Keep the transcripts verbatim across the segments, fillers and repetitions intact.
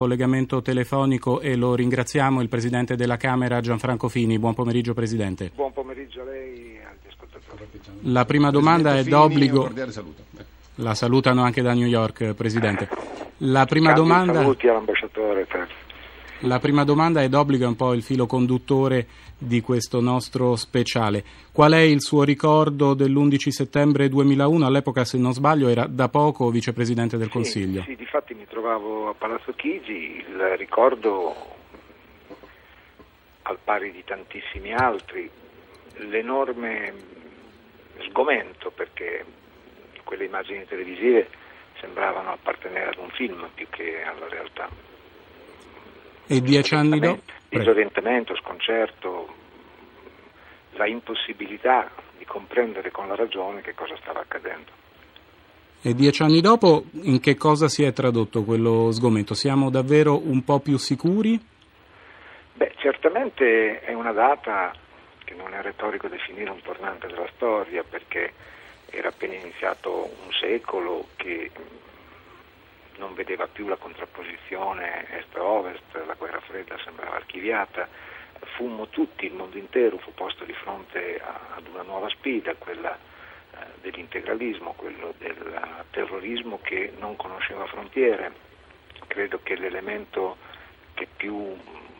Collegamento telefonico e lo ringraziamo il Presidente della Camera Gianfranco Fini. Buon pomeriggio Presidente. Buon pomeriggio a lei e agli ascoltatori. La prima domanda è Fini, d'obbligo. saluto. La salutano anche da New York, Presidente. La prima Scambi domanda. Saluti all'ambasciatore. Per... La prima domanda è d'obbligo, è un po' il filo conduttore di questo nostro speciale. Qual è il suo ricordo dell'undici settembre duemilauno? All'epoca, se non sbaglio, era da poco Vicepresidente del Consiglio. Sì, sì, difatti mi trovavo a Palazzo Chigi, il ricordo, al pari di tantissimi altri, l'enorme sgomento, perché quelle immagini televisive sembravano appartenere ad un film più che alla realtà. E dieci anni dopo? Disorientamento, sconcerto, la impossibilità di comprendere con la ragione che cosa stava accadendo. E dieci anni dopo in che cosa si è tradotto quello sgomento? Siamo davvero un po' più sicuri? Beh, certamente è una data che non è retorico definire un tornante della storia, perché era appena iniziato un secolo che non vedeva più la contrapposizione est-ovest, la guerra fredda sembrava archiviata, fummo tutti, il mondo intero fu posto di fronte a, ad una nuova sfida, quella eh, dell'integralismo, quello del terrorismo che non conosceva frontiere. Credo che l'elemento che più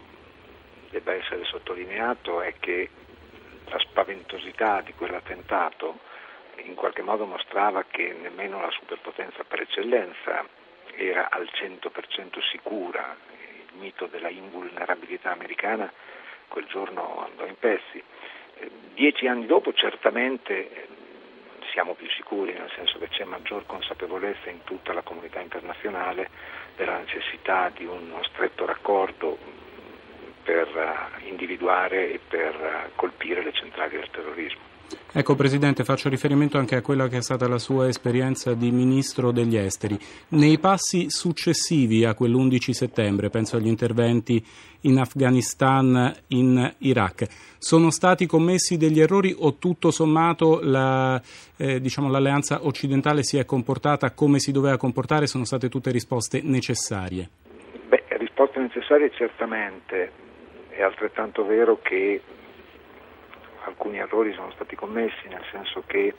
debba essere sottolineato è che la spaventosità di quell'attentato in qualche modo mostrava che nemmeno la superpotenza per eccellenza era al cento per cento sicura. Il mito della invulnerabilità americana quel giorno andò in pezzi. Eh, dieci anni dopo certamente eh, siamo più sicuri, nel senso che c'è maggior consapevolezza in tutta la comunità internazionale della necessità di uno stretto raccordo per uh, individuare e per uh, colpire le centrali del terrorismo. Ecco Presidente, faccio riferimento anche a quella che è stata la sua esperienza di Ministro degli Esteri. Nei passi successivi a quell'undici settembre, penso agli interventi in Afghanistan, in Iraq, sono stati commessi degli errori o tutto sommato la, eh, diciamo, l'alleanza occidentale si è comportata come si doveva comportare, sono state tutte risposte necessarie? Beh, risposte necessarie certamente, è altrettanto vero che alcuni errori sono stati commessi, nel senso che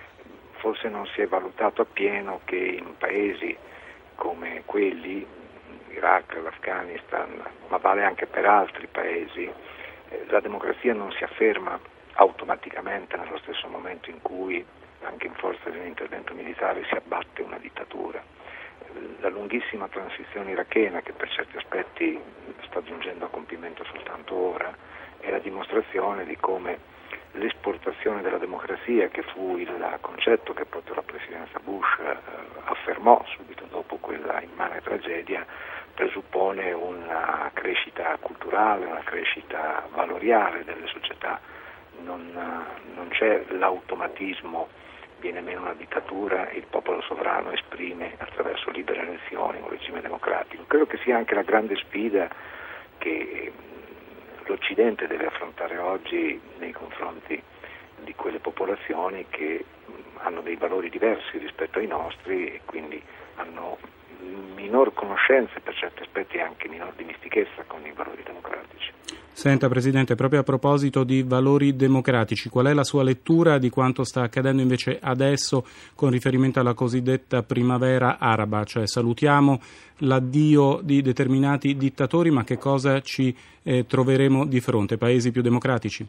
forse non si è valutato appieno che in paesi come quelli, Iraq, l'Afghanistan, ma vale anche per altri paesi, eh, la democrazia non si afferma automaticamente nello stesso momento in cui, anche in forza di un intervento militare, si abbatte una dittatura. La lunghissima transizione irachena, che per certi aspetti sta giungendo a compimento soltanto ora, è la dimostrazione di come l'esportazione della democrazia, che fu il concetto che proprio la presidenza Bush eh, affermò subito dopo quella immane tragedia, presuppone una crescita culturale, una crescita valoriale delle società. Non, non c'è l'automatismo, viene meno una dittatura, il popolo sovrano esprime attraverso libere elezioni un regime democratico. Credo che sia anche la grande sfida che l'Occidente deve affrontare oggi nei confronti di quelle popolazioni che hanno dei valori diversi rispetto ai nostri e quindi hanno minor conoscenza e per certi aspetti anche minor dimestichezza con i valori democratici. Senta Presidente, proprio a proposito di valori democratici, qual è la sua lettura di quanto sta accadendo invece adesso con riferimento alla cosiddetta primavera araba? Cioè salutiamo l'addio di determinati dittatori, ma che cosa ci eh, troveremo di fronte? Paesi più democratici?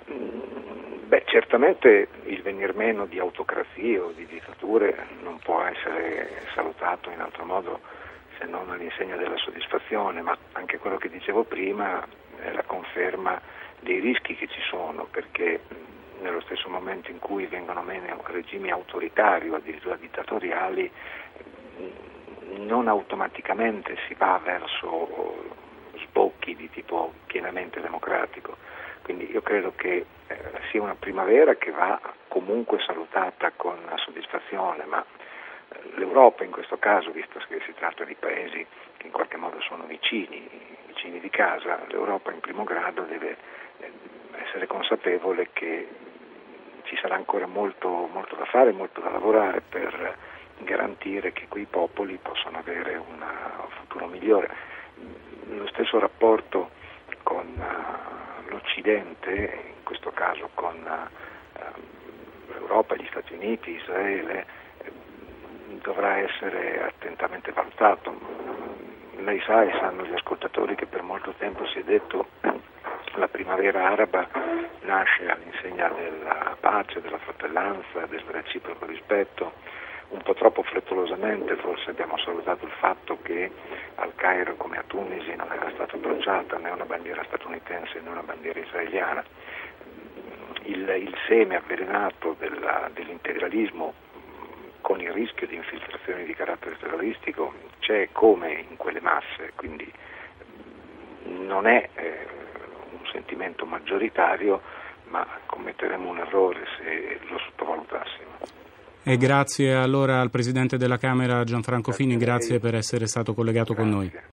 Beh, certamente il venir meno di autocrazie o di dittature non può essere salutato in altro modo se non all'insegna della soddisfazione, ma anche quello che dicevo prima è la conferma dei rischi che ci sono, perché nello stesso momento in cui vengono meno regimi autoritari o addirittura dittatoriali, non automaticamente si va verso sbocchi di tipo pienamente democratico. Quindi io credo che eh, sia una primavera che va comunque salutata con soddisfazione, ma l'Europa in questo caso, visto che si tratta di paesi che in qualche modo sono vicini, vicini di casa, l'Europa in primo grado deve essere consapevole che ci sarà ancora molto, molto da fare, molto da lavorare per garantire che quei popoli possano avere una, un futuro migliore. stesso rapporto con uh, l'Occidente, in questo caso con uh, l'Europa, gli Stati Uniti, Israele, eh, dovrà essere attentamente valutato. Lei sa e sanno gli ascoltatori che per molto tempo si è detto la primavera araba nasce all'insegna della pace, della fratellanza, del reciproco rispetto. Un po' troppo frettolosamente forse abbiamo salutato il fatto che al Cairo come a Tunisi non era stata appoggiata né una bandiera statunitense né una bandiera israeliana. Il, il seme avvelenato della, dell'integralismo con il rischio di infiltrazioni di carattere terroristico c'è come in quelle masse, quindi non è eh, un sentimento maggioritario, ma commetteremo un errore se lo sottovalutassimo. E grazie allora al Presidente della Camera Gianfranco Fini, grazie per essere stato collegato Grazie. con noi.